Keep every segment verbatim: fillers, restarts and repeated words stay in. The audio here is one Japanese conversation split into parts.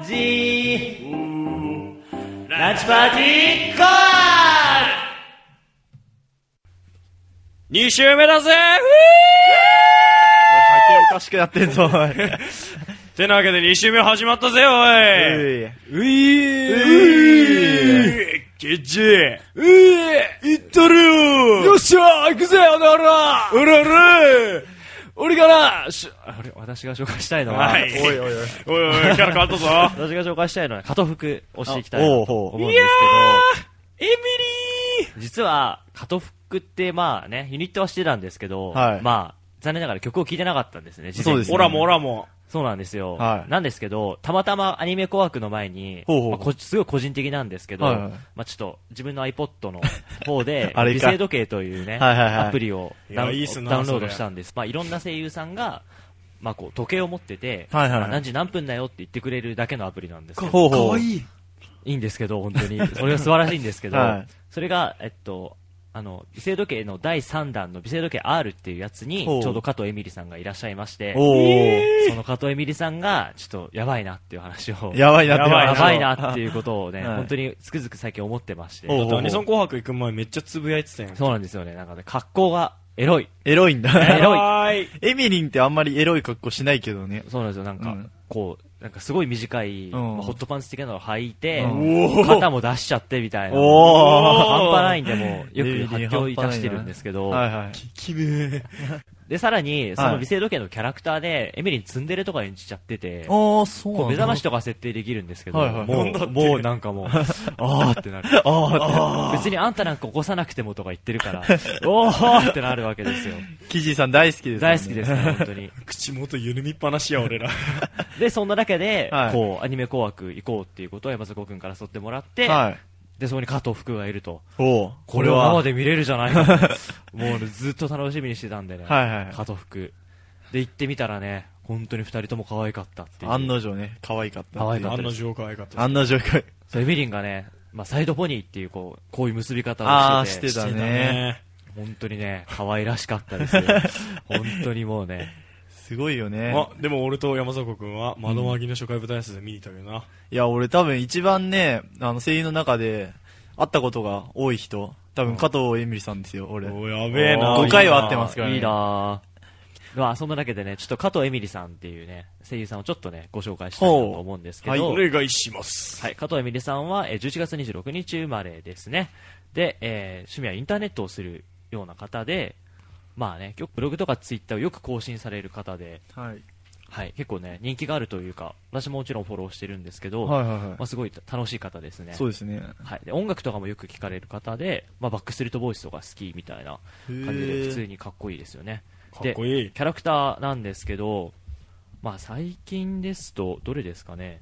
じランチパーティーゴーに週目だぜ。 酒おかしくなってんぞ、おい。 てなわけでに週目始まったぜ、おい。 うういケッチーういいったるよよっしゃ行くぜ、おならうらら俺がな、しあれ、私が紹介したいのは、 はい。 おいおいおい。 おいおい、キャラ変わったぞ。 私が紹介したいのは、加藤服をしていきたいなとおうほう思うんですエミリけど、実は、加藤服ってまあね、ユニットはしてたんですけど、 はいまあ、残念ながら曲を聴いてなかったんですね、事前にそうですねオラもオラも。 そうなんですよ。 はいなんですけど、たまたまアニメ紅白の前に、 ほうほうまあこすごい個人的なんですけど、 はいはいまあちょっと自分の iPod の方で、 あれか美声時計というね、 はいはいはいアプリをダウンいやいいっすなダウンロードしたんです。まあいろんな声優さんが、まあこう時計を持ってて、 はいはいはいまあ何時何分だよって言ってくれるだけのアプリなんですけど、 ほうほう。 いい。 いいんですけど、本当に。それが素晴らしいんですけど、 はいそれが、えっと、あの、美声時計のだいさんだんの美声時計 R っていうやつに、ちほうょうど加藤エミリさんがいらっしゃいまして、 おー。 その加藤エミリさんが、ちょっとやばいなっていう話を、 やばいなってやばいやばいな。 なっていうことをね、 はい本当につくづく最近思ってまして、 ほうほうアニソン紅白行く前めっちゃつぶやいてたよ。 そうなんですよね。なんかね、格好がエロい。 エロいんエだ。 ロいはーい。 エミリンってあんまりエロい格好しないけどね。 そうなんですよ。なんか、 うんこう、なんかすごい短い、 んまあホットパンツ的なのを履いて、 うん肩も出しちゃってみたいな。 おー。 半端ないんで、もう、よくエミリン発狂いたしてるんですけど、 はいはい。 きめー。 で、さらに、そはいの美声時計のキャラクターで、エミリンツンデレとか演じちゃってて、 あー、そうなんだ。 こう目覚ましとか設定できるんですけど、 はいはいもう、もうなんかもう、あーってなる。 あ別にあんたなんか起こさなくてもとか言ってるから、おーってなるわけですよ。 ー。キジさん大好きです。 大好きですね、本当に。 口元緩みっぱなしや、俺ら。 で、そんなだけで、 はいこう、アニメ紅白行こうっていうことを山里くんから誘ってもらって、 はい。 で、そこに加藤福がいると。 おー。 これを生で見れるじゃないかと。もうねずっと楽しみにしてたんでね。 はいはいはい加藤福。で、行ってみたらね、本当に二人とも可愛かったっていう。 案の定ね、可愛かった。 可愛かった案の定可愛かった。 案の定可愛い。 そう、エミリンがね、まあ、サイドポニーっていう、こう、こういう結び方あー、 をしてて、 してたしてたね。 ね。 本当にね、可愛らしかったですよ。本当にもうね、 すごいよね。 あ、でも俺と山迫くんは窓マギの初回舞台挨拶で見に行ったけどな。 いや、俺多分一番ね、あの、声優の中で、会ったことが多い人、多分加藤エミリさんですよ、俺。 おやべえな。 ごかいは会ってますからね。 いいなぁ。まあ、そんなだけでね、ちょっと加藤エミリさんっていうね、声優さんをちょっとね、ご紹介したいなと思うんですけど、 お願いします。 はい、加藤エミリさんは、えーじゅういちがつにじゅうろくにち生まれですね。で、えー趣味はインターネットをするような方で、まあね、よくブログとかツイッターをよく更新される方で、 はい。 はい、結構ね、人気があるというか、私ももちろんフォローしてるんですけど、 はいはいはいまあ、すごい楽しい方ですね。 そうですね。 はい、で音楽とかもよく聞かれる方で、まあ、バックストリートボーイスとか好きみたいな感じで、普通にかっこいいですよね。 かっこいい。 キャラクターなんですけど、まあ、最近ですと、どれですかね、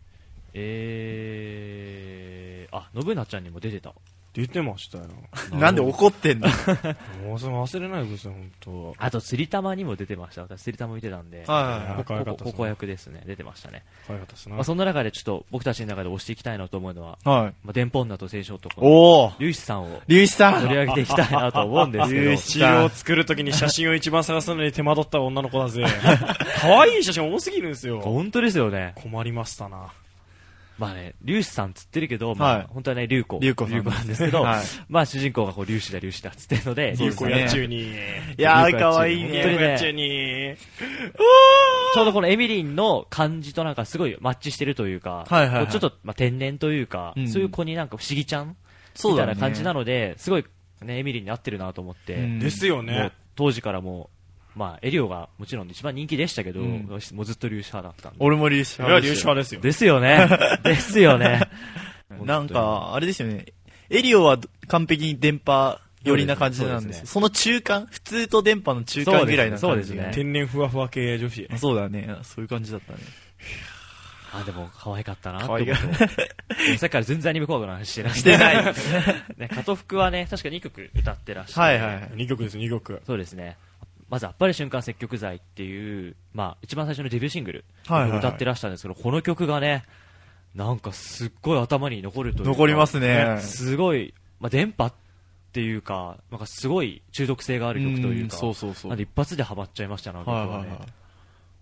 えー、あ、のぶなちゃんにも出てた。 出てましたよ。 なんで怒ってんのもうそれ忘れないでください、本当。 あと、釣り玉にも出てました。私、釣り玉見てたんで、 はいはいはい。 可愛かったっすねここ役ですね、出てましたね。 可愛かったっすなまあ、。そんな中でちょっと僕たちの中で推していきたいなと思うのは、 はい。 まあ、電報女と青少男、 おー。 リュウシさんをリュウイシさん。 取り上げていきたいなと思うんですけどリュウ、シ資料を作るときに写真を一番探すのに手間取った女の子だぜ。可愛い写真多すぎるんですよ。 本当ですよね。 困りましたな。 まあね、粒子さんつってるけど、まあ、 はい本当はね、竜子。 竜子さん竜子なんですけど、 はいまあ主人公がこう、粒子だ粒子だっつってるので、 そうですねゆうこやっちゅうに。 いやー、かわいい本当にねね。 ゆうこやっちゅうに。 ちょうどこのエミリンの感じとなんかすごいマッチしてるというか、 はいはいはいこうちょっと、まあ、天然というか、 うんそういう子になんか不思議ちゃんみそうだねたいな感じなので、すごいね、エミリンに合ってるなと思って、 うんですよもうね。 当時からもう、まあ、エリオがもちろん一番人気でしたけど、 うんもうずっと粒子派だったんで。 俺もリュウイシいや、粒子派ですよ。 ですよね。ですよね。 なんか、あれですよね。エリオは完璧に電波寄りな感じなんですよ。 そうですねその中間、普通と電波の中間ぐらいな感じがそうですね。 天然ふわふわ系女子。 そうだね。そういう感じだったね。 あ、でも可愛かったなと可愛思ってかっ。 さっきから全然アニメ紅白の話してない。 してない。 ね、加藤福はね、確かににきょく歌ってらっしゃる。 はいはいはい。 にきょくです、にきょく。 そうですね。まず、あっぱれ瞬間積極剤っていう、まあ、一番最初のデビューシングル、 はいはいはい歌ってらっしゃるんですけど、この曲がね、なんかすっごい頭に残るというか。 残りますね。 すごい、まあ、電波っていうか、なんかすごい中毒性がある曲というか、 そうそうそう。 なんで一発でハマっちゃいましたな、僕はね。 はいはいはい。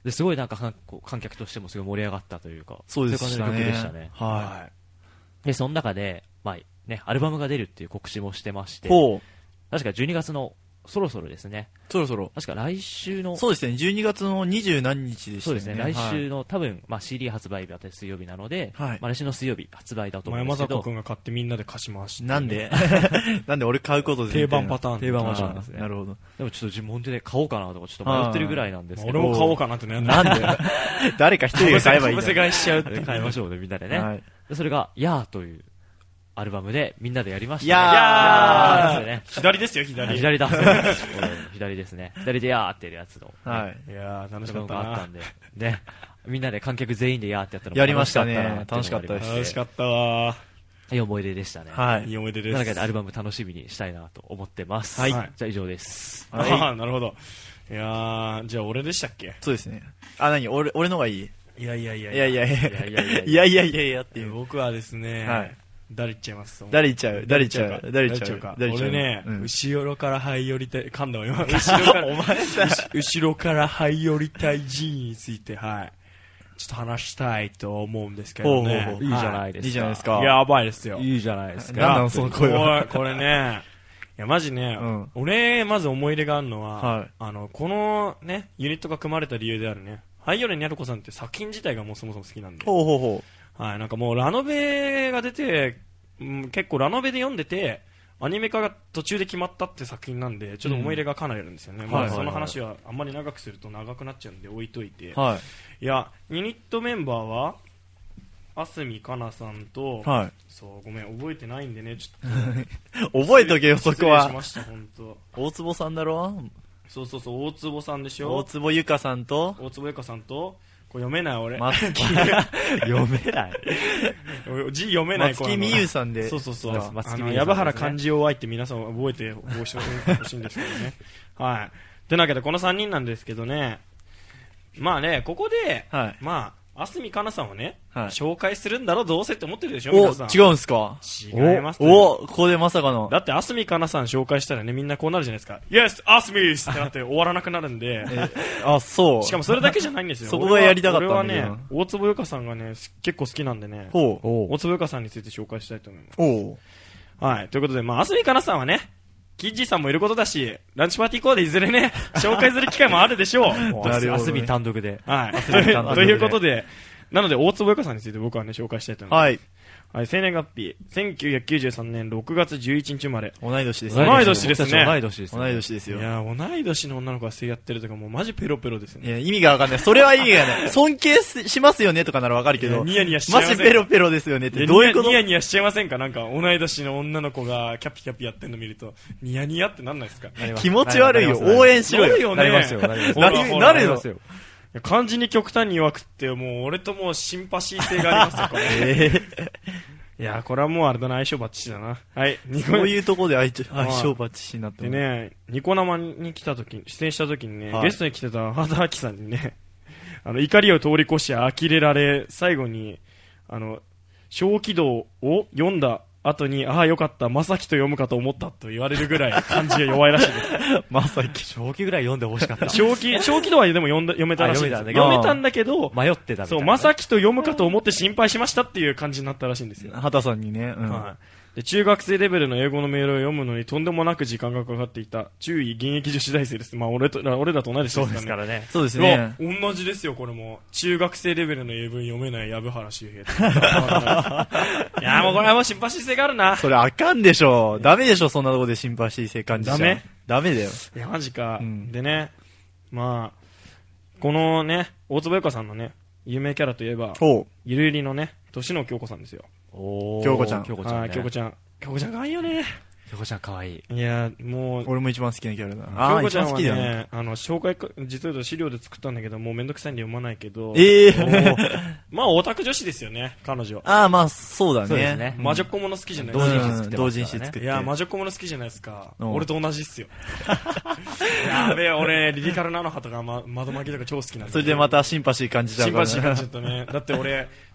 ですごいなんか観観客としてもすごい盛り上がったというか、 そうでしたね。 そういう感じの曲でしたね。 はで、その中で、まあね、アルバムが出るっていう告知もしてましい。 て、 ほう。 確かじゅうにがつのそろそろですね、 そろそろ。 確か来週の、 そうですね、じゅうにがつの二十何日でしたね。 そうですね、来週の。 の多分、まあ シーディー 発売日は水曜日なので、 はいまあ来週の水曜日発売だと思うんで山すけど、 坂君が買ってみんなで貸し回して、 なんでなんで俺買うことで定番パターン。 定番パターンですねなるほど。 でもちょっと自分本当に買おうかなとかちょっと迷ってるぐらいなんですけど、 俺も買おうかなって悩んだ。 なんで誰か一人が買えばいいんだかぶせ買いしちゃうって。 買いましょうね、みんなでね。 はい。 でそれが、ヤーというアルバムでみんなでやりました、 ヤーヤーですね。 左ですよ、左。 左だ。左ですね。左でヤーってやるやつの。 はい。 いやー、楽しアルかったな。 バムがあったんで。ね。みんなで観客全員でヤーってやったのもやりましたね楽しかったなっていうのがありまして楽しかったわいい思い出でしたね。 はいー。いい思い出です。 なのでアルバム楽しみにしたいなと思ってます。 はいじゃあ以上です。 はいああ、なるほど。いやー、じゃあ俺でしたっけ？ そうですね。あ、何俺、俺のがいいいやいやいやいやいやいやいやいやいやいやいやいやいやっていう。 僕はですね、 はい誰言っちゃいます誰言っちゃう誰言っちゃう誰言っちゃうか。 誰言っちゃう俺ね、 うん後ろから這い寄りたい、噛んだわ今。後ろから、 お前さ、 後ろから這い寄りたい G について、はい。ちょっと話したいと思うんですけどね。 ほうほうほういいじゃはないですか。 いいじゃないですか。 やばいですよ。 いいじゃないですか。 なんなのその声は。 これ、これね、いや、マジね、 うん俺、まず思い入れがあるのは、 はいあの、このね、ユニットが組まれた理由であるね、ハイヨレニャルコさんって作品自体がもうそもそも好きなんで、 ほうほうほはい、なんかもうラノベが出て、うん結構ラノベで読んでて、アニメ化が途中で決まったって作品なんで、ちょっと思い入れがかなりあるんですよね。まあ、 はいはいはいその話はあんまり長くすると長くなっちゃうんで置いといて。 う。はいや、ユニットメンバーは、あすみかなさんと、 い。はい。 そう、ごめん、覚えてないんでね、ちょっ覚えとけよ、そと。 こは失礼し。ました、本当。 大坪さんだろそうそうそう、大坪さんでし大ょ。 坪ゆかさんと、 大坪ゆかさんと、これ読めない俺。 松木、 読めない。 字読めない松木美優さんで。 そうそうそう。 松木美優さんですねあの、矢原漢字を愛って皆さん覚えてほしいんですけどね。はい。てなわけで、このさんにんなんですけどね、まあね、ここで、 はい。 まあ、あすみかなさんをね、 はい紹介するんだろ、どうせって思ってるでしょ、 お、 皆さん。 違うんすか違います。 お、ここでまさかの。 だって、あすみかなさん紹介したらね、みんなこうなるじゃないですか。Yes, あすみーってなって終わらなくなるんで。 え、あ、そう。 しかもそれだけじゃないんですよ。 そこがやりたかったんだけど俺はね、大坪ゆかさんがね、す結構好きなんでね、 ほう。 お大坪ゆかさんについて紹介したいと思います。 おう。 はい。ということで、まあ、あすみかなさんはね、キッジーさんもいることだし、ランチパーティーコーでいずれね、紹介する機会もあるでしょう。 もうなるほどねあすみ単独で。 はい。 み単独でということで、なので、大坪ゆかさんについて僕はね、紹介したいと思います。 はい。 はい。生年月日、せんきゅうひゃくきゅうじゅうさんねんろくがつじゅういちにち生まれ。 同い年です同い年ですね僕たち同い年ですね。 同い年ですよ。 いやー、同い年の女の子が声やってるとか、もうマジペロペロですよね。 いや、意味がわかんない。それは意味がない。尊敬ししますよねとかならわかるけど、 ニヤニヤしちゃいマませんジペロペロですよねって、 でどういうことニヤニヤニヤしちゃいませんか？なんか、同い年の女の子がキャピキャピやってんの見ると、ニヤニヤってなんないですか？ なります気持ち悪いよ。 なります応援しろよ。 なるよねなりますよ、なりますよ。 なりほらほらなるよなりますよ。 いや漢字に極端に弱くって、もう俺ともうシンパシー性がありますよ、これ。 えいやー、これはもうあれだな、相性バッチリだな。はい、ニー、 コそういうとこで相性はい相性バッチリになってでる。 ね、ニコ生に来た時に、出演した時にね、 はいゲストに来てた畑明さんにね、あの、怒りを通り越し呆れられ、最後に、あの、小気道を読んだ後に、ああ、よかった、まさきと読むかと思ったと言われるぐらい漢字が弱いらしいです。 まさき。 正気ぐらい読んでほしかった。 小気、小気道はでも読んだ、読めたらしいです。 あ読めたんだけど読めたんだけど、 迷ってたみたいなね。 そう、まさきと読むかと思って心配しましたっていう感じになったらしいんですよ。 畑さんにね。うん。 はい。で、中学生レベルの英語のメールを読むのにとんでもなく時間がかかっていた。注意、現役女子大生です。まあ、俺と、俺らと同い年そうでかね。 ですすかららね。 そうですいやね。 同じですよ、これも。中学生レベルの英文読めない藪原周平。いや、もうこれはもうシンパシー性があるな。 それあかんでしょ。ダメでしょ、そんなとこでシンパシー性感じちゃう。 ダメダメだよ。 いや、マジか。 うんでね、まあ、このね、大坪由香さんのね、有名キャラといえば、 ほゆるゆりのね、年野京子さんですよ。 おー京子ちゃん京子ちゃんね。 はい、京子ちゃん。京子ちゃん可愛いよね。 京子ちゃん可愛い。 いや、もうう。、俺も一番好きなキャラだな。ああ、一京子ちゃんは番好きだよね。 ね、あの、紹介か、実は言うと資料で作ったんだけど、もうめんどくさいんで読まないけど、 ええおーまあ、オタク女子ですよね、彼女。 ああ、まあ、そうだね。 そうですね魔女っ子もの好きじゃない同ですか。 人誌作ってますからね同人誌作って。 いや、魔女っ子もの好きじゃないですか。 うん俺と同じっすよ。やべえ、俺、リリカルナノハとか、ま、窓巻きとか超好きなんで。 それでまたシンパシー感じちゃうからシンパシー感じちゃったね。だって俺、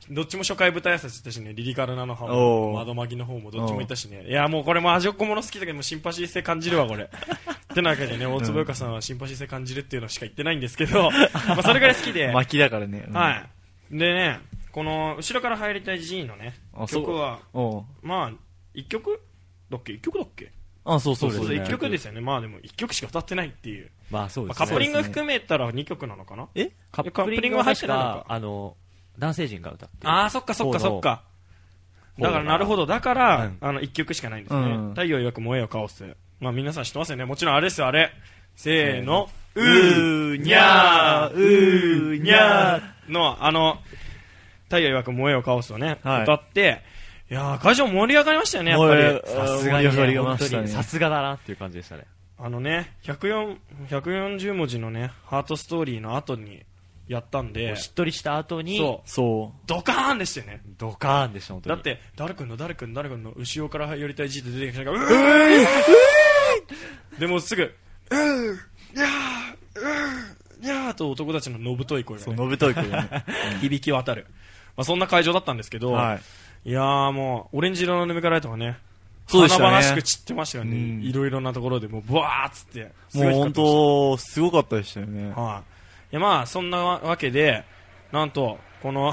どっちも初回舞台挨拶したしね、リリカルナの方おも、 ー窓マギの方もどっちもいたしね。いや、もうこれも味おっこもの好きだけど、もうシンパシー性感じるわ、これ。ってなわけでね、大坪由香さんはシンパシー性感じるっていうのしか言ってないんですけど、まあそれぐらい好きで。 巻きだからね。うん、 はい。でね、この、後ろから入りたい G のね、曲は、 おまあ、一曲だっけ一曲だっけあ、そうそうそうそう。 一曲ですよね。まあでも一曲しか歌ってないっていう。 まあそうまあ、 ですね。 カップリング含めたらにきょくなのかなえカップリングは確か、あの、男性陣が歌ってる。 ああ、そっかそっかそっか。だからなるほど。だから、 うんあの、一曲しかないんですね。 うん太陽曰く燃えよカオス。まあ皆さん知ってますよね。もちろんあれですよ、あれ。せーの。 うーにゃー、うーにゃーの、あの、太陽曰く燃えよカオスをね、 はい歌って、いやー、会場盛り上がりましたよね、やっぱり。 さすがに、 盛り上がりね、本ましたね当にさすがだなっていう感じでしたね。 あのね、ひゃくよん、ひゃくよんじゅう文字のね、ハートストーリーの後にやったんで、 しっとりした後に、 そう、 そドカーンでしたよね。 ドカーンでした、本当に。 だって、誰くんの誰くんの誰くんの後ろから寄りたい G って出てきたから、うーでもすぐ、うー、にゃー、うー、にゃーと男たちののぶとい声う。そう、 がね、 のぶとい声がね。 響き渡る。まあそんな会場だったんですけど、 はい。 いやーもう、オレンジ色のヌメカライトがね、 そうでしたね華々しく散ってましたよね。 うんいろいろなところでもう、ブワーっつって。すもう本ごい光ってました当、すごかったでしたよね。 はい。いや、まあ、そんなわけで、なんと、この、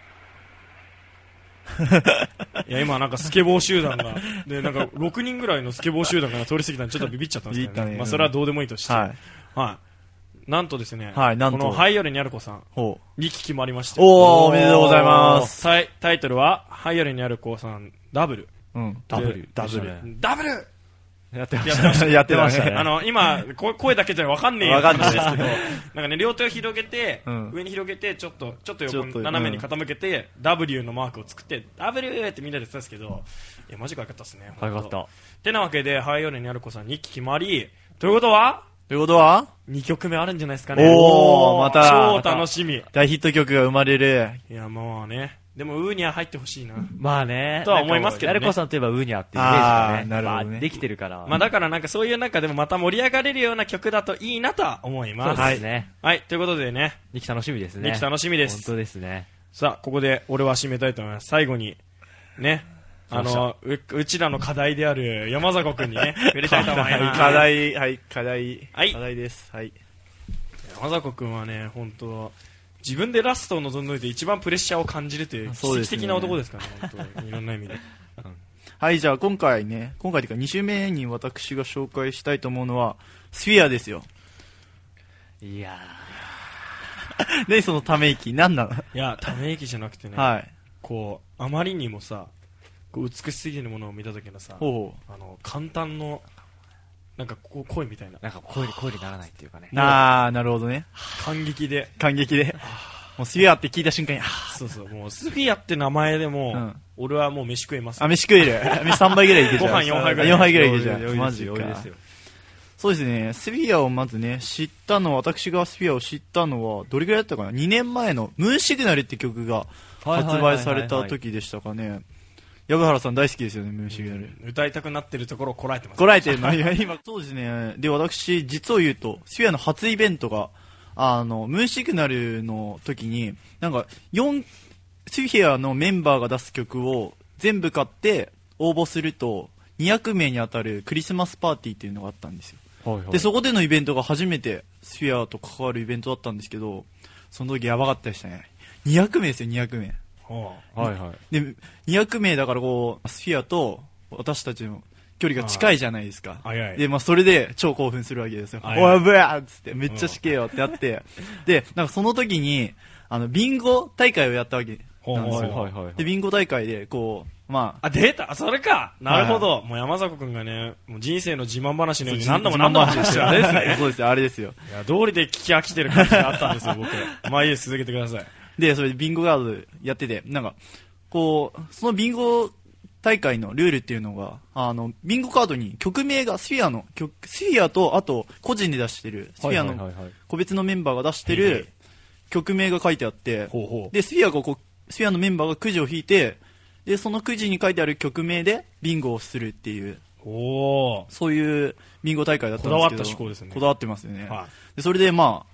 いや、今なんかスケボー集団が、で、なんかろくにんぐらいのスケボー集団が通り過ぎたんで、ちょっとビビっちゃったんですけどね。 ビビったねまあ、それはどうでもいいとして。 はい。 はい。なんとですね、 はいなんとこのハイヨレニャルコさん、 ほう。 にき決まりまして。 おー、おめでとうございます。 タイタイトルは、ハイヨレニャルコさん、ダブル。 うん。 ダブル。 ダブルでしたねダブルやってまやっしてた。 ました。 やってましたねあの、今、こ声だけじゃわかんねえよわかんないですけど、なんかね、両手を広げて、 うん上に広げて、ちょっと、ちょっと横にちょっと斜めに傾けて、ダブリュー のマークを作って、ダブリュー ってみんなで言ってたんですけど、いや、マジかよかったっすね。 早かった。 てなわけで、ハイヨレニャルコさんにき決まり、ということは、 ということはにきょくめあるんじゃないですかね。 おーまた超楽しみ。 大ヒット曲が生まれる。 いや、もうね、でも、ウーには入ってほしいな。 まあね。 とは思いますけどねヤルコさんといえばウーニャっていうイメージがあね、 ーなるほどねまあできてるから。 まあ、だからなんかそういう中でもまた盛り上がれるような曲だといいなとは思いそうます。 ですね。 はい、ということでね、 にき楽しみですね。 にき楽しみです本当ですね。 さあ、ここで俺は締めたいと思います。最後に、ね、あの、う、うちらの課題である山迫くんにね、触れたいと思います。 課題、はい、課題。 はい課題です。はい。 山迫くんはね、本当自分でラストを望んどいて一番プレッシャーを感じるという奇そうですね跡的な男ですからね、本当いろんな意味で。 はい、じゃあ今回ね、今回というかに週目に私が紹介したいと思うのは、スフィアですよ。 いや何そのため息、何なのいや、ため息じゃなくてね、 はい。 こう、あまりにもさ、こう美しすぎるものを見た時のさ、 ほあの、簡単の、なんかこう声みたいなー。なんか声に声にならないっていうかね。 う。あー、なるほどね。 感激で、 感激で。もうスフィアって聞いた瞬間に、あそうそう、もうスフィアって名前でも、 うん俺はもう飯食えますー、あ、飯食える。飯さんばいぐらいいけちゃう。 ご飯よんはいぐらいよんはいぐらいいけちゃう。 余裕ですよマジか余裕ですよ。 そうですね、スフィアをまずね、知ったのは、私がスフィアを知ったのは、どれぐらいだったかな ?に 年前のムーンシグナルって曲が発売された時でしたかね。藪原さん大好きですよね、ムーンシグナル。 歌いたくなってるところをこらえてます。 こらえてるのいや今、そうですね。で、私、実を言うと、スフィアの初イベントが、あの、ムーンシグナルの時に、なんか、よん、スフィアのメンバーが出す曲を全部買って応募すると、にひゃくめいに当たるクリスマスパーティーっていうのがあったんですよ。 はいはい。 で、そこでのイベントが初めてスフィアと関わるイベントだったんですけど、その時やばかったでしたね。にひゃくめいですよ、にひゃくめい。 ははいはい。 で、にひゃくめいだからこう、スフィアと私たちの距離が近いじゃないですか。 あはいはいで、まあそれで超興奮するわけですよ。 はいはいおい、ブヤーっつって、めっちゃ死刑よってやって。で、なんかその時に、あの、ビンゴ大会をやったわけなんですよ。 はいはいはい。 で、ビンゴ大会で、こう、まあ、 あ、出たそれかなるほど、もう山迫くんがね、もう人生の自慢話のようにそう何度も何度も話してるあれですね。 そうですよ、あれですよ。 いや、道理で聞き飽きてる感じがあったんですよ、僕。まあいいです、続けてください。 で、それでビンゴガードやってて、なんか、こう、そのビンゴ大会のルールっていうのが、あの、ビンゴカードに曲名が、スフィアの曲、スフィアと、あと、個人で出してる、スフィアのはいはいはいはい個別のメンバーが出してへいへいる曲名が書いてあって、 ほうほう。 で、スフィアがこう、スフィアのメンバーがくじを引いて、で、そのくじに書いてある曲名でビンゴをするっていう、 おー。 そういうビンゴ大会だったんですけど。 こだわった趣向ですねこだわってますよね。 はで、それでまあ、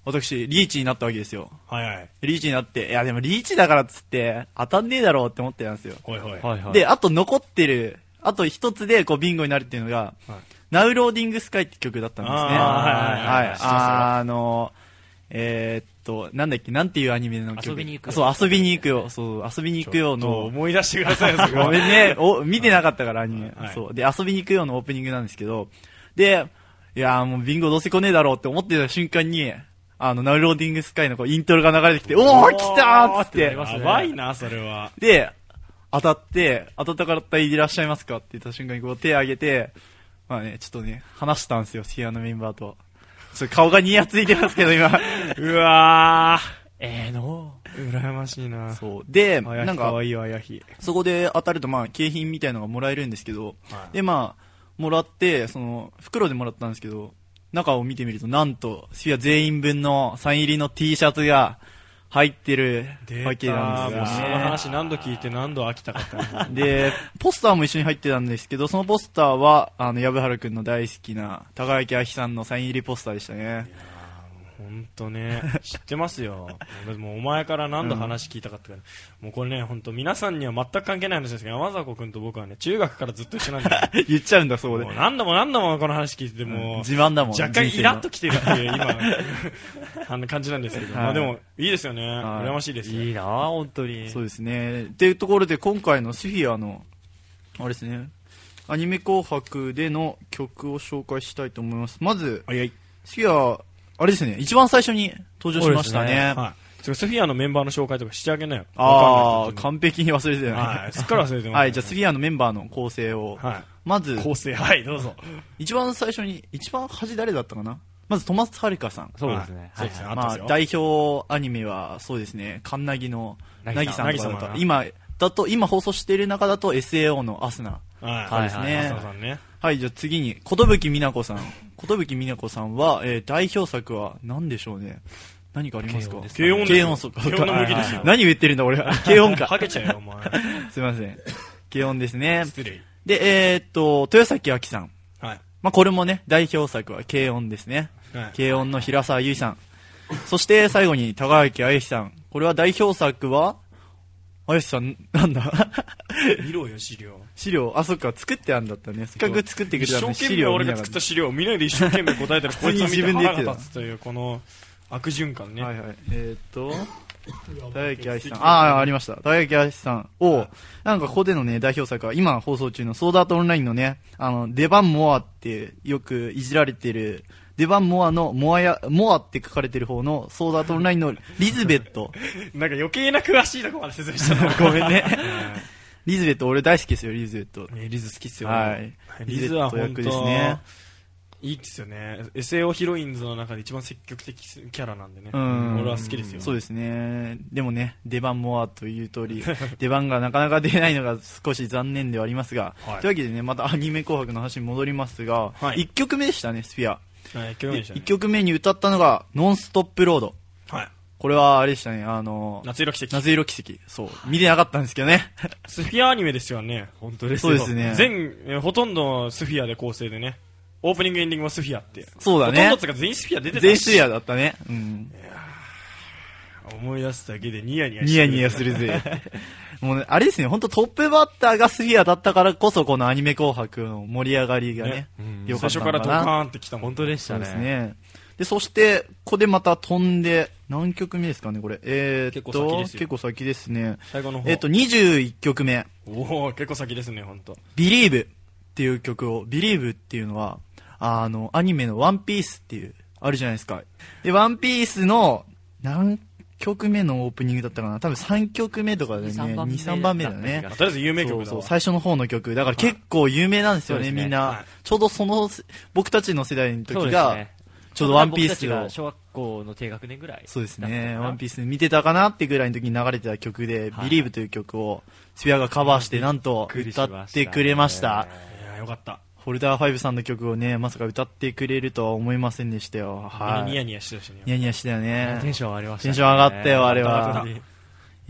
私、リーチになったわけですよ。 はいはい。 リーチになって、いやでもリーチだからっつって、当たんねえだろうって思ってたんですよ。 ほいほい。 はいはい。 で、あと残ってる、あと一つでこうビンゴになるっていうのが、 はいナウローディングスカイって曲だったんですね。 あーはいはいはいはい。 知ってますよあの、えーっと、なんだっけ、なんていうアニメの曲。 遊びに行くよそう、遊びに行くよ。そう、遊びに行くよちょっとの。 思い出してくださいよ、そこはごめんね。お、見てなかったからアニメ。 はいそう。で、遊びに行くよのオープニングなんですけど、で、いやーもうビンゴどうせ来ねえだろうって思ってた瞬間に、あの、ナウローディングスカイのこうイントロが流れてきて、おー来たーっつってやばいな、それは。 で、当たって、当たった方いらっしゃいますかって言った瞬間にこう手を挙げて、まあね、ちょっとね、話したんですよ、スフィアのメンバーと。ちょっと顔がニヤついてますけど、今。 うわええのー。羨ましいな。 そう。で、 あやなんか、 ひかわいいわ、あやひ。 そこで当たると、まあ、景品みたいのがもらえるんですけど、 はいで、まあ、もらって、その、袋でもらったんですけど、中を見てみると、なんと、スフィア全員分のサイン入りの T シャツが入ってるわけなんですよね。 もうその話何度聞いて何度飽きたかったので、ポスターも一緒に入ってたんですけど、そのポスターは、あの、矢部原くんの大好きな、高垣あひさんのサイン入りポスターでしたね。 ほんとね、知ってますよ。もうお前から何度話聞いたかったから、もうこれね、ほんと皆さんには全く関係ない話ですけど、山里くんと僕はね、中学からずっと一緒なんで、 言っちゃうんだ、そうでもう。何度も何度もこの話聞いてて、もう、 自慢だもん。 若干イラッとききてるっていう、今、あの感じなんですけど、 はいまあでも、いいですよね。羨ましいですよ。 いいなぁ、本当に。 そうですね。っていうところで、今回のスフィアの、あれですね、アニメ紅白での曲を紹介したいと思います。まず、 あいやいスフィア、あれですね、一番最初に登場しましたね。 はい。それソフィアのメンバーの紹介とかしてあげなよ。 ああ、 わかんない完璧に忘れてたよね。 はい。すっから忘れてます。 はい、じゃあスフィアのメンバーの構成を、 はまずい。、構成、はい、どうぞ。 一番最初に、一番端誰だったかなまず、トマス・ハルカさん。 そうですね。 そうですね。あったまあんですよ、 代表アニメは、そうですね、カンナギの、 ななぎさんとかだと、 なぎさん今、だと、今放送している中だと エスエーオー のアスナ。 はい。 そうですね浅野さんね。 はい、じゃあ次に、ことぶきみなこさん。ことぶきみなこさんは、えー、代表作は何でしょうね。何かありますか軽音ですよ軽音、そうか。 軽音の麦ですよ何言ってるんだ、俺は。軽音か。 はけちゃうよ、お前。 すいません。軽音ですね。 失礼。 で、えー、っと、豊崎あきさん。 はい。 まあ、これもね、代表作は軽音ですね。 はい。 軽音の平沢優衣さん。そして最後に高垣あゆひさん。これは代表作は、あゆひさん、なんだ見ろよ、資料。 資料、あ、そっか、作ってあんだったね。せっかく作ってくれ一生たのに資懸命俺が料を見なかっ作った資料を見ないで一生懸命答えたら、こいつを見て普通に自分で言ってた腹が立つという、この悪循環ね。 はいはい。えー、っと、高垣あゆひさん。ああ、ありました。高垣あゆひさんを、なんかここでのね、代表作は、今放送中のソードアートオンラインのね、あの、出番モアってよくいじられてる、出番モアのモアや、モアって書かれてる方のソードアートオンラインのリズベット。 なんか余計な詳しいとこまで説明したの。 ごめんね。リズベット、俺大好きですよ、リズベット。 えリズ好きっすよ。 はい。 リズは本リズベット役ですね当、いいですよね。エスエーオー ヒロインズの中で一番積極的キャラなんでね。 うん。 俺は好きですよ。 そうですね。でもね、出番モアという通り、出番がなかなか出ないのが少し残念ではありますが、 はいというわけでね、またアニメ紅白の話に戻りますが、 はいいっきょくめでしたね、スフィア。 はい、興味でしたいっね。 きょくめに歌ったのが、ノンストップロード。 はい。 これはあれでしたね、あの、 夏色奇跡。 夏色奇跡。そう。見てなかったんですけどね。 スフィアアニメですよね。 本当ですよ。 そうですね。 全、えほとんどスフィアで構成でね。オープニングエンディングもスフィアって。 そうだねほとんどつか全員スフィア出てたし全スフィアだったね。うん。 思い出すだけでニヤニヤニヤニヤするぜ。もうね、あれですね、ほんとトップバッターがスフィアだったからこそ、このアニメ紅白の盛り上がりがね、 うん良か最ったのかな。 初からドカーンってきたもん。 本当でしそうたね。 ですね。で、そして、ここでまた飛んで、何曲目ですかね、これ。えー、っと、 結構先ですよ結構先ですね。 最後の方。 えーっと、にじゅういっきょくめ、 おお結構先ですね、ほんと。 Believe っていう曲を、Believe っていうのは、あの、アニメのワンピースっていう、あるじゃないですか。で、ワンピースの、何曲目のオープニングだったかな多分さんきょくめとかでね、 にさんばんめに、さんばんめだよねだった気が。 とりあえず有名曲だわ。 そうそう、最初の方の曲。だから結構有名なんですよね、 はいみんな、 はいちょうどその、僕たちの世代の時そうですが、 ね。 ちょうどワンピースを僕たちが、小学校の低学年ぐらい。 そうですね、ワンピース。 ス見てたかなってぐらいの時に流れてた曲で、 はい Believe という曲を、スフィアがカバーして、なんと歌ってくれました。 いやよかった。 フォルダーファイブさんの曲をね、まさか歌ってくれるとは思いませんでしたよ。はい。 ニヤニヤしてたしね。 ニヤニヤしてたよね。 テンション上がりましたね。 テンション上がったよあれは本当にい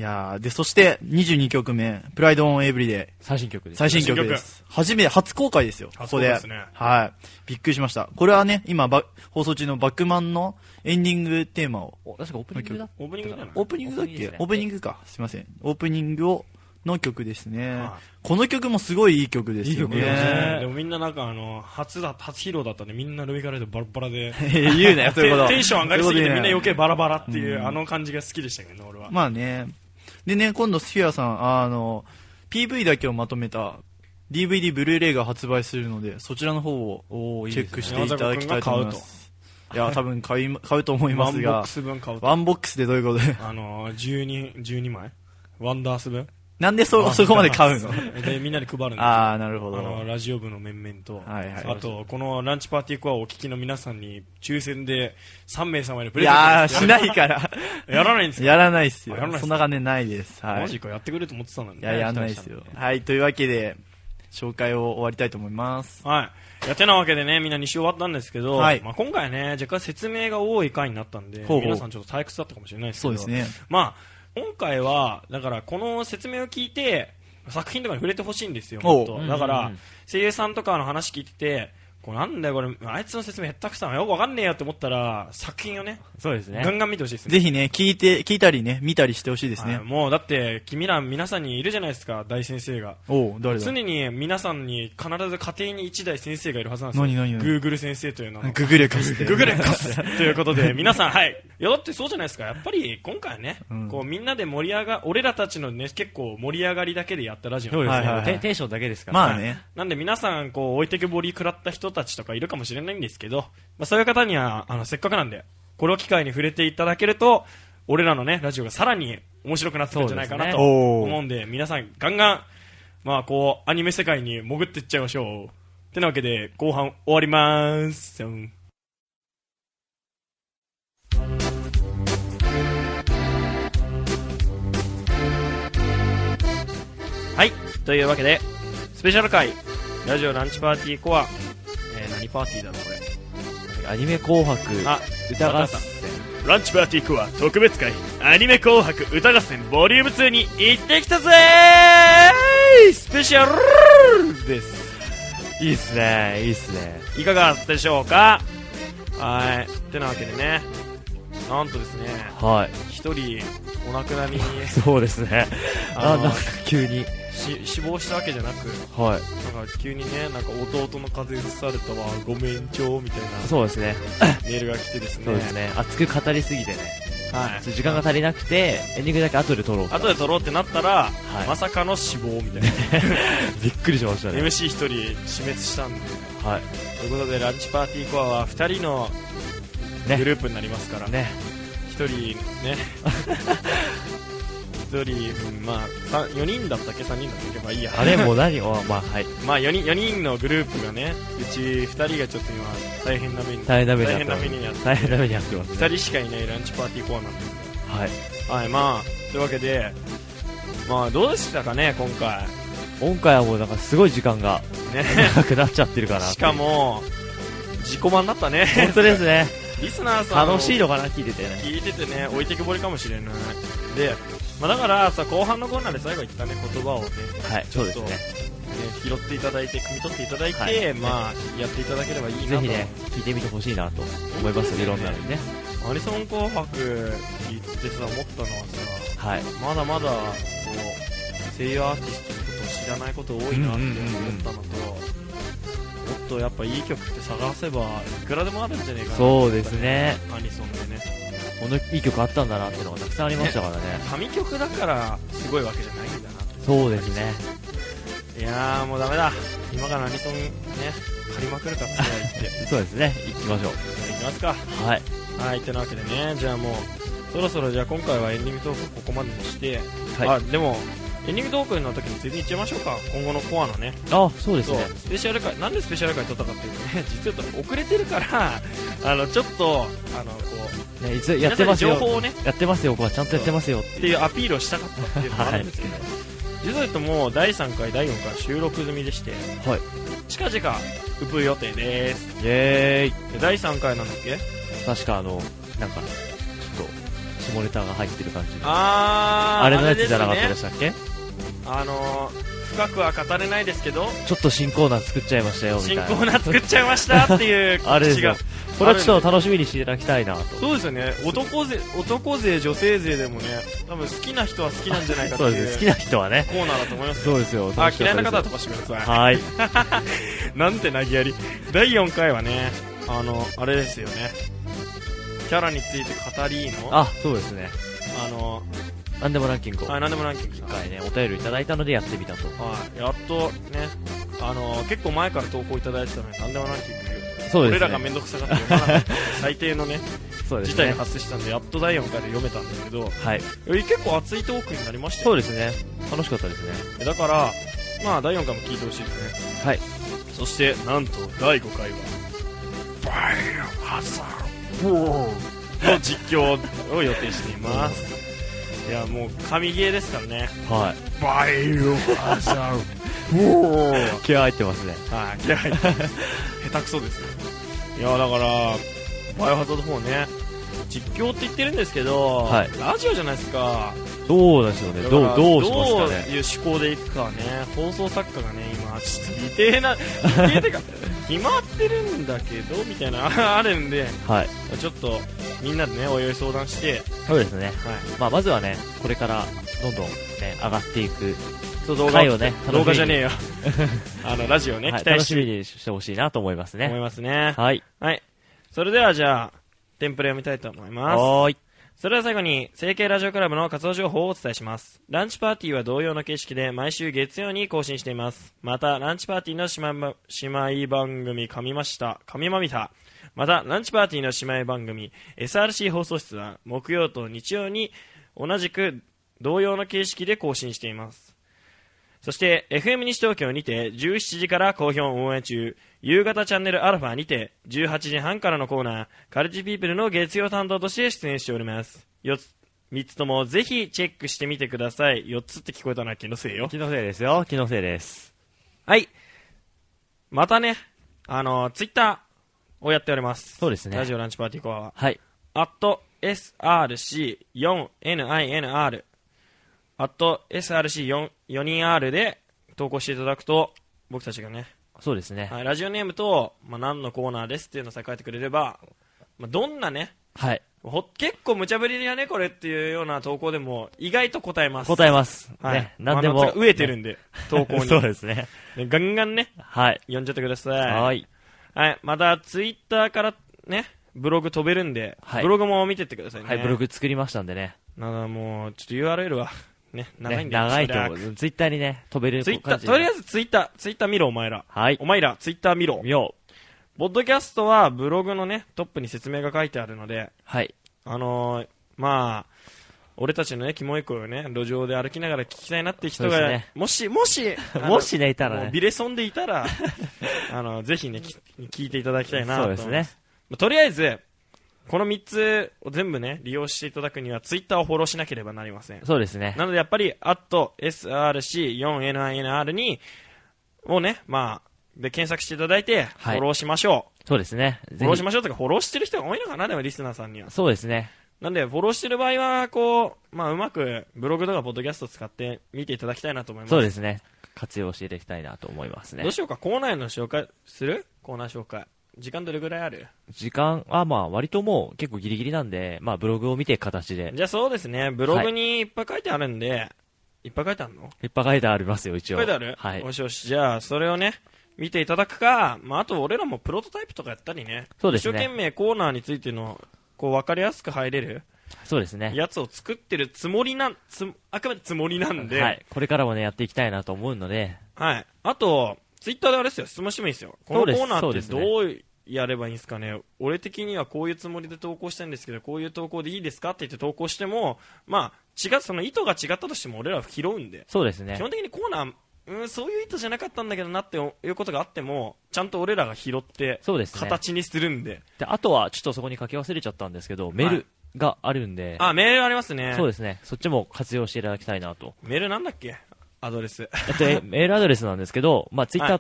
いやーで、そしてにじゅうにきょくめ、プライドオンエブリデイ。 最新曲です。 最新曲です。初め、初公開ですよ。 初公開ですね。 ここで。はい。びっくりしました。これはね、今ば、放送中のバックマンのエンディングテーマを。 お確かオープニングだオープニングだオープニングだっけ、 ね、 オープニングか。すいません。オープニングを、の曲ですね、 はい。この曲もすごいいい曲ですよね。いい曲ですね。 でもみんななんかあの、初だ、初披露だったんでみんなルビカレードバラバラで。 言うなよ、そういうこと。 テンション上がりすぎてみんな余計バラバラっていう、あの感じが好きでしたけどね、俺は。 まあね。でね、今度スフィアさん、あの、ピーブイ だけをまとめた ディーブイディー ブルーレイが発売するので、そちらの方をチェックしていただきたいと思います。いや、多分買い、買うと思いますが。 ワンボックス分買うと。 ワンボックスでどういうことであの、じゅうに、じゅうにまいワンダース分なんでそ、そこまで買うので、みんなで配るんですよ。 ああ、なるほど。 あの、ラジオ部の面々と、 はいはい。 あと、このランチパーティーコアをお聞きの皆さんに、抽選でさんめいさまにプレゼント。 いやー、しないから。 やらないんですかやらないっすよ。 やらないっすそんな金ないです。はい。 マジか、やってくれると思ってたのに。 いや、やんないですよ。はい、というわけで、紹介を終わりたいと思います。 はい。やってなわけでね、みんなに週終わったんですけど、 はい。 まあ今回ね、若干説明が多い回になったんで、ほうほう皆さんちょっと退屈だったかもしれないですけど、 そうですね。 まあ、今回は、だからこの説明を聞いて、作品とかに触れてほしいんですよ、もっと。だから、声優さんとかの話聞いてて、これなんだよこれ、あいつの説明下手くそなのよくわかんねえよって思ったら、作品をね、 そうですね。 ガンガン見てほしいですね。 ぜひね、聞いて、聞いたりね、見たりしてほしいですね。 はい、もうだって、君ら皆さんにいるじゃないですか、大先生が。 おう、誰だ？ 常に皆さんに必ず家庭に一台先生がいるはずなんですよ。 何何何？ グーグル先生というのは。 ググレカス。 ググレカスということで、皆さん、はい。いや、だってそうじゃないですか。やっぱり、今回ね、うん、こう、みんなで盛り上が、俺らたちのね、結構盛り上がりだけでやったラジオ。 そうですね。はいはいはい、テンションだけですから。 まあね。 なんで皆さん、こう、置いてけぼり食らった人たちとかいるかもしれないんですけど、まあ、そういう方には、あの、せっかくなんで、これを機会に触れていただけると、俺らのね、ラジオがさらに面白くなってるんじゃないかなと思うんで、でね、皆さんガンガン、まあこう、アニメ世界に潜っていっちゃいましょう。ってなわけで、後半終わりまーす。はい、というわけで、スペシャル回、ラジオランチパーティーコア、えー、何パーティーだろうこれ。 アニメ紅白歌合戦ランチパーティーコア特別会アニメ紅白歌合戦ボリュームツーに行ってきたぜースペシャルです。 いいっすね、いいっすね。 いかがだったでしょうか。はい。ってなわけでね、なんとですね、 はい。 一人お亡くなりにそうですね。あ、なんか急にし死亡したわけじゃなく、 はい。 なんか急にね、なんか弟の風邪うつされたわ、ごめんちょみたいな。 そうですね。 メールが来てですね。 そうですね。熱く語りすぎてね。 はい。 時間が足りなくて、エンディングだけ後で撮ろう。 後で撮ろうってなったら、はい、まさかの死亡みたいな。 びっくりしましたね。 エムシー一人死滅したんで。 はい。 ということで、ランチパーティーコアはふたりのグループになりますから。 ね。 ひとりね。ひとり、うん、まあ、よにんだったっけさんにんだったっけまあいいや。 あれもう何を、まあはい。 まあよにん、よにんのグループがね、うちふたりがちょっと今、大変な目に。 大変な目に大変な目にやって。 大変な目にやってますね。 ふたりしかいないランチパーティーコアなんですね。 はい。 はい、まあ、というわけで、まあどうでしたかね、今回。 今回はもうなんかすごい時間が、ね、長くなっちゃってるかな。 しかも、自己満だったね。 本当ですね。 リスナーさん楽しいのかな、聞いててね。 聞いててね、置いてけぼりかもしれない。で、まあ、だからさ、後半のコーナーで最後言ったね、言葉をね、 はい、そうですね。 ね、拾っていただいて、汲み取っていただいて、はい、まあ、やっていただければいいなと。 ぜひね、聞いてみてほしいなと思います、いろんなのにね。 アニソン紅白聞いてさ、思ったのはさ、 はい、 まだまだ、こう、声優アーティストのことを知らないこと多いなって思ったのと、もっとやっぱいい曲って探せば、いくらでもあるんじゃねえかな。 そうですね。 アニソンでね。 このいい曲あったんだなっていうのがたくさんありましたからね。 神曲だからすごいわけじゃないんだな。 そうですね。 いやーもうダメだ。今からアニソンね、借りまくるかって言って。 そうですね。行きましょう。 行きますか。 はい。 はい、ってなわけでね、じゃあもう、そろそろじゃあ今回はエンディングトークここまでにして、はい、あ、でも、エンディングトークの時に全然言っちゃいましょうか。今後のコアのね。 あ、そうですね。 スペシャル回、なんでスペシャル回撮ったかっていうとね、実は言うと遅れてるから、あの、ちょっと、あの、こう、 ね、いつやってますよ。 情報をね、 やってますよ、僕はちゃんとやってますよっていうアピールをしたかったっていうのがあるんですけど、はい、実は言うともうだいさんかい、だいよんかい収録済みでして、 はい。 近々、ウプ予定でーす。 イェーイ。 だいさんかいなんだっけ？ 確かあの、なんか、ちょっと、 下ネタが入ってる感じのあーあれのやつじゃなかったあれですねでしたっけ？ あのー深くは語れないですけど、 ちょっと新コーナー作っちゃいましたよみたいな。 新コーナー作っちゃいましたっていうあれですよ口が。 これはちょっと楽しみにしていただきたいなと。 そうですよね。男勢、男勢、女性勢でもね、多分好きな人は好きなんじゃないかっていうそうです。好きな人はね。 コーナーだと思います。 そうですよ。 あ、嫌いな方はと飛ばしてください。 はい。 なんて投げやり。だいよんかいはね、あの、あれですよね。キャラについて語りの、 あ、そうですね。 あの、 なんでもランキングをあ、なんでもランキング一回ね、お便りいただいたのでやってみたと。 はい。やっとね、あの、結構前から投稿いただいてたのに、なんでもランキング。 そうですね。 俺らがめんどくさがって読まなかった最低のね、 そうですね。 事態が発生したんで、やっとだいよんかいで読めたんですけど、 はい。 結構熱いトークになりましたよ。 そうですね。楽しかったですね。 だから、まあだいよんかいも聞いてほしいですね。 はい。 そして、なんとだいごかいは、バイオハザードの実況を予定しています。いや、もう神ゲーですからね。 はバイオハザード。おー。 い。気合入ってますね。 はい、気合入って下手くそですね。いや、だから、バイオハザードフォーね、実況って言ってるんですけど、 はいラジオじゃないですか。 そうですよね。どう、 だからどうしますかどうね。 いう思考でいくかはね、放送作家がね、今、ちょっと未定な、未定っていうか、決まってるんだけど、みたいな、あるんで、 はい。 ちょっと、みんなでね、おいおい相談して、はい。 そうですね。まあ、まずはね、これからどんどんね、上がっていくそう動画回をね、 動画じゃねええよ。あの、ラジオね、 はい、 期待し楽してみにしてほしいなと思います思いね。 ますね。 はい。 はい。それではじゃあ、テンプレを見たいと思います。 はーい。 それでは最後に、成形ラジオクラブの活動情報をお伝えします。ランチパーティーは同様の形式で毎週月曜に更新しています。また、ランチパーティーの姉妹姉妹番組、噛みました。噛みまみた。また、ランチパーティーの姉妹番組、エスアールシー 放送室は、木曜と日曜に同じく同様の形式で更新しています。そして、エフエム 西東京にてじゅうしちじから好評応援中、夕方チャンネルアルファにてじゅうはちじはんからのコーナー、カルチピープルの月曜担当として出演しております。よっつ、みっつともぜひチェックしてみてください。よっつって聞こえたのは気のせいよ。 気のせいですよ。気のせいです。 はい。またね、あの、ツイッターをやっております。 そうですねラジオランチパーティーコアは。 はい。 アット エスアールシーフォーエヌアイエヌアール アット エスアールシーフォー よにんアール で投稿していただくと、僕たちがね、 そうですね。 はい、ラジオネームと、まあ、何のコーナーですっていうのをさえ書いてくれれば、まあ、どんなね、 はい。 ほ結構無茶ぶりやねこれっていうような投稿でも意外と答えます。 答えます。 はい。 ね。何でも。 まあ、飢えてるんで、投稿に。 そうですね。 ねガンガンね、 はい。 読んじゃってください。 はい。 はい。また、ツイッターからね、ブログ飛べるんで、 はいブログも見てってくださいね。 はい、ブログ作りましたんでね。 なんかもう、ちょっと ユーアールエル は、ね、長いんで。 ね長いとそりゃ思う。ツイッターにね、飛べるツイッター、 感じでとりあえずツイッター、ツイッター見ろ、お前ら。 はい。 お前ら、ツイッター見ろ。 見よう。 ポッドキャストはブログのね、トップに説明が書いてあるので、 はい。 あのー、まあ、俺たちのね、キモい声をね、路上で歩きながら聞きたいなって人が、 そうですねもし、もし、あのもしね、いたらね。 もうビレソンでいたら、あの、ぜひね、き聞いていただきたいなとそう思います。 ですね。 まあとりあえず、このみっつを全部ね、利用していただくには、ツイッターをフォローしなければなりません。 そうですね。 なので、やっぱり、アット エスアールシーフォーエヌアイエヌアール に、をね、まあ、で、検索していただいて、フはいォローしましょう。 そうですね。 フォローしましょうとか、フォローしてる人が多いのかな、でもリスナーさんには。 そうですね。 なんで、フォローしてる場合は、こう、まあ、うまく、ブログとかポッドキャスト使って見ていただきたいなと思います。 そうですね。活用していただきたいなと思いますねどう。しようか、コーナーへの紹介するコーナー紹介。時間どれぐらいある？ 時間、あ、まあ、割ともう結構ギリギリなんで、まあ、ブログを見て形で。 じゃあそうですね、ブログにいっぱい書いてあるんで、い、っぱい書いてあるの？ いっぱい書いてありますよ、一応。 書いてある？ はい。 よしよし、じゃあそれをね、見ていただくか、まあ、あと俺らもプロトタイプとかやったりね、 そうですね一生懸命コーナーについての、こう、わかりやすく入れるそうですね。 やつを作ってるつもりなん、つ、あくまでつもりなんで、 はい。これからもね、やっていきたいなと思うので。 はい。あと、ツイッターであれですよ、質問してもいいですよ。このコそうですーナーってそうですねどうやればいいんですかね。俺的にはこういうつもりで投稿したいんですけど、こういう投稿でいいですかって言って投稿しても、まあ、違う、その意図が違ったとしても俺らは拾うんで、 そうですね基。本的にコーナー、うん、そういう意図じゃなかったんだけどなっていうことがあっても、ちゃんと俺らが拾って、 そうですね。 形にするんで。 で、あとは、ちょっとそこに書き忘れちゃったんですけど、メールがあるんで。 あ、メールありますね。 そうですね。そっちも活用していただきたいなと。 メールなんだっけアドレス。 えっと、えメールアドレスなんですけど、まあ、ツイッターと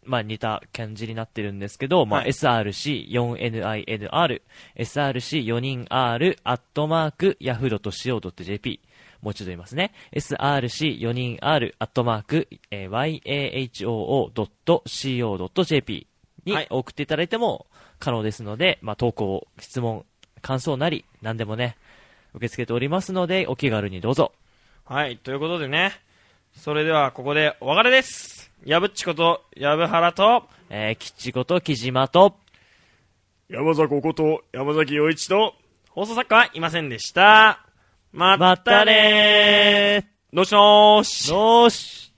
まあ、似た感じになってるんですけど、まあ、 はいエスアールシーよんエヌアイエヌアール、エスアールシーよにんアール、アットマーク、ヤフードットシーオードットジェーピー。もう一度言いますね。エスアールシーよにんアール、アットマーク、えー、ワイエーエイチオーオードットシーオードットジェーピー にはい送っていただいても可能ですので、まあ、投稿、質問、感想なり、何でもね、受け付けておりますので、お気軽にどうぞ。 はい、ということでね、それではここでお別れです。やぶっちことやぶはらと、 えー、きちこと木島と、 山崎こと山崎陽一と、放送作家はいませんでした。ままたねー。 どうしのーし。 よーし。